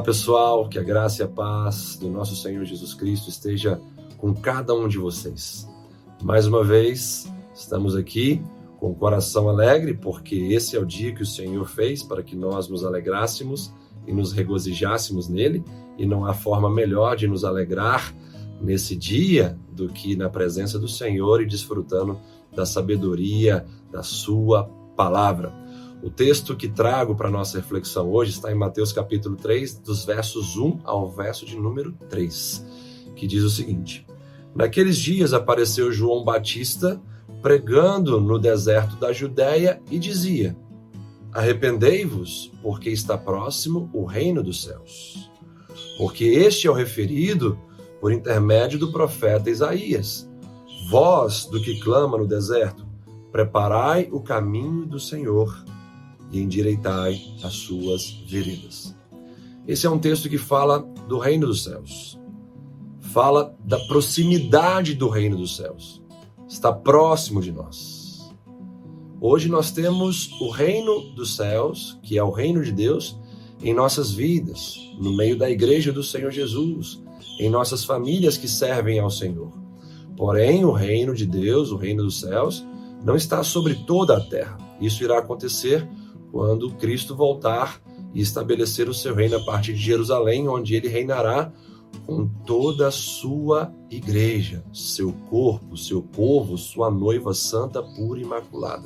Olá pessoal, que a graça e a paz do nosso Senhor Jesus Cristo esteja com cada um de vocês. Mais uma vez, estamos aqui com o coração alegre, porque esse é o dia que o Senhor fez para que nós nos alegrássemos e nos regozijássemos nele, e não há forma melhor de nos alegrar nesse dia do que na presença do Senhor e desfrutando da sabedoria da sua palavra. O texto que trago para a nossa reflexão hoje está em Mateus capítulo 3, dos versos 1 ao verso de número 3, que diz o seguinte: Naqueles dias apareceu João Batista pregando no deserto da Judéia e dizia: Arrependei-vos, porque está próximo o reino dos céus. Porque este é o referido por intermédio do profeta Isaías. Voz do que clama no deserto, preparai o caminho do Senhor e endireitai as suas veredas. Esse é um texto que fala do reino dos céus. Fala da proximidade do reino dos céus. Está próximo de nós. Hoje nós temos o reino dos céus, que é o reino de Deus, em nossas vidas, no meio da igreja do Senhor Jesus, em nossas famílias que servem ao Senhor. Porém, o reino de Deus, o reino dos céus, não está sobre toda a terra. Isso irá acontecer quando Cristo voltar e estabelecer o seu reino a partir de Jerusalém, onde ele reinará com toda a sua igreja, seu corpo, seu povo, sua noiva santa, pura e imaculada.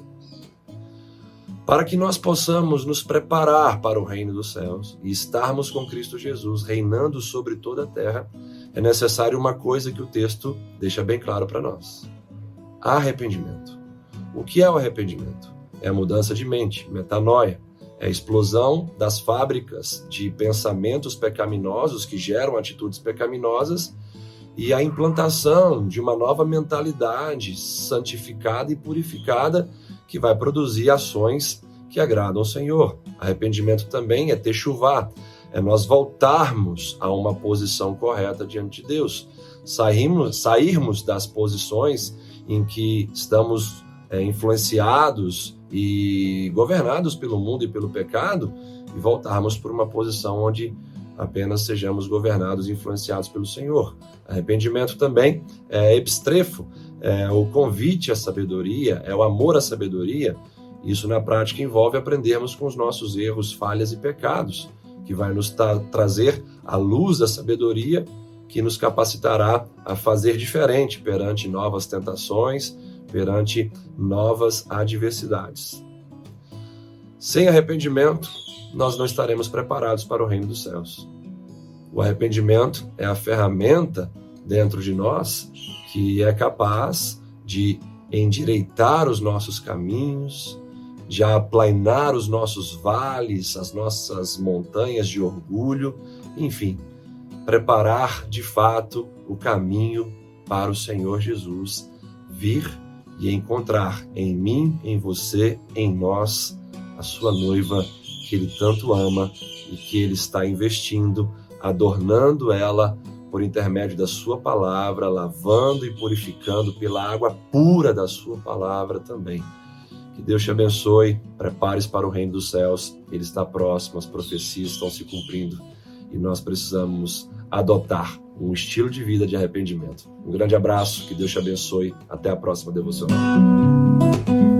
Para que nós possamos nos preparar para o reino dos céus e estarmos com Cristo Jesus reinando sobre toda a terra, é necessário uma coisa que o texto deixa bem claro para nós: arrependimento. O que é o arrependimento? É a mudança de mente, metanoia. É a explosão das fábricas de pensamentos pecaminosos que geram atitudes pecaminosas e a implantação de uma nova mentalidade santificada e purificada que vai produzir ações que agradam ao Senhor. Arrependimento também é techuvá, é nós voltarmos a uma posição correta diante de Deus, sairmos das posições em que estamos influenciados e governados pelo mundo e pelo pecado, e voltarmos para uma posição onde apenas sejamos governados e influenciados pelo Senhor. Arrependimento também é epistrefo, é o convite à sabedoria, é o amor à sabedoria. Isso na prática envolve aprendermos com os nossos erros, falhas e pecados, que vai nos trazer a luz da sabedoria, que nos capacitará a fazer diferente perante novas tentações, perante novas adversidades. Sem arrependimento, nós não estaremos preparados para o reino dos céus. O arrependimento é a ferramenta dentro de nós que é capaz de endireitar os nossos caminhos, de aplainar os nossos vales, as nossas montanhas de orgulho, enfim, preparar de fato o caminho para o Senhor Jesus vir e encontrar em mim, em você, em nós, a sua noiva que ele tanto ama e que ele está investindo, adornando ela por intermédio da sua palavra, lavando e purificando pela água pura da sua palavra também. Que Deus te abençoe, prepare-se para o reino dos céus, ele está próximo, as profecias estão se cumprindo e nós precisamos adotar um estilo de vida de arrependimento. Um grande abraço, que Deus te abençoe, até a próxima devocional.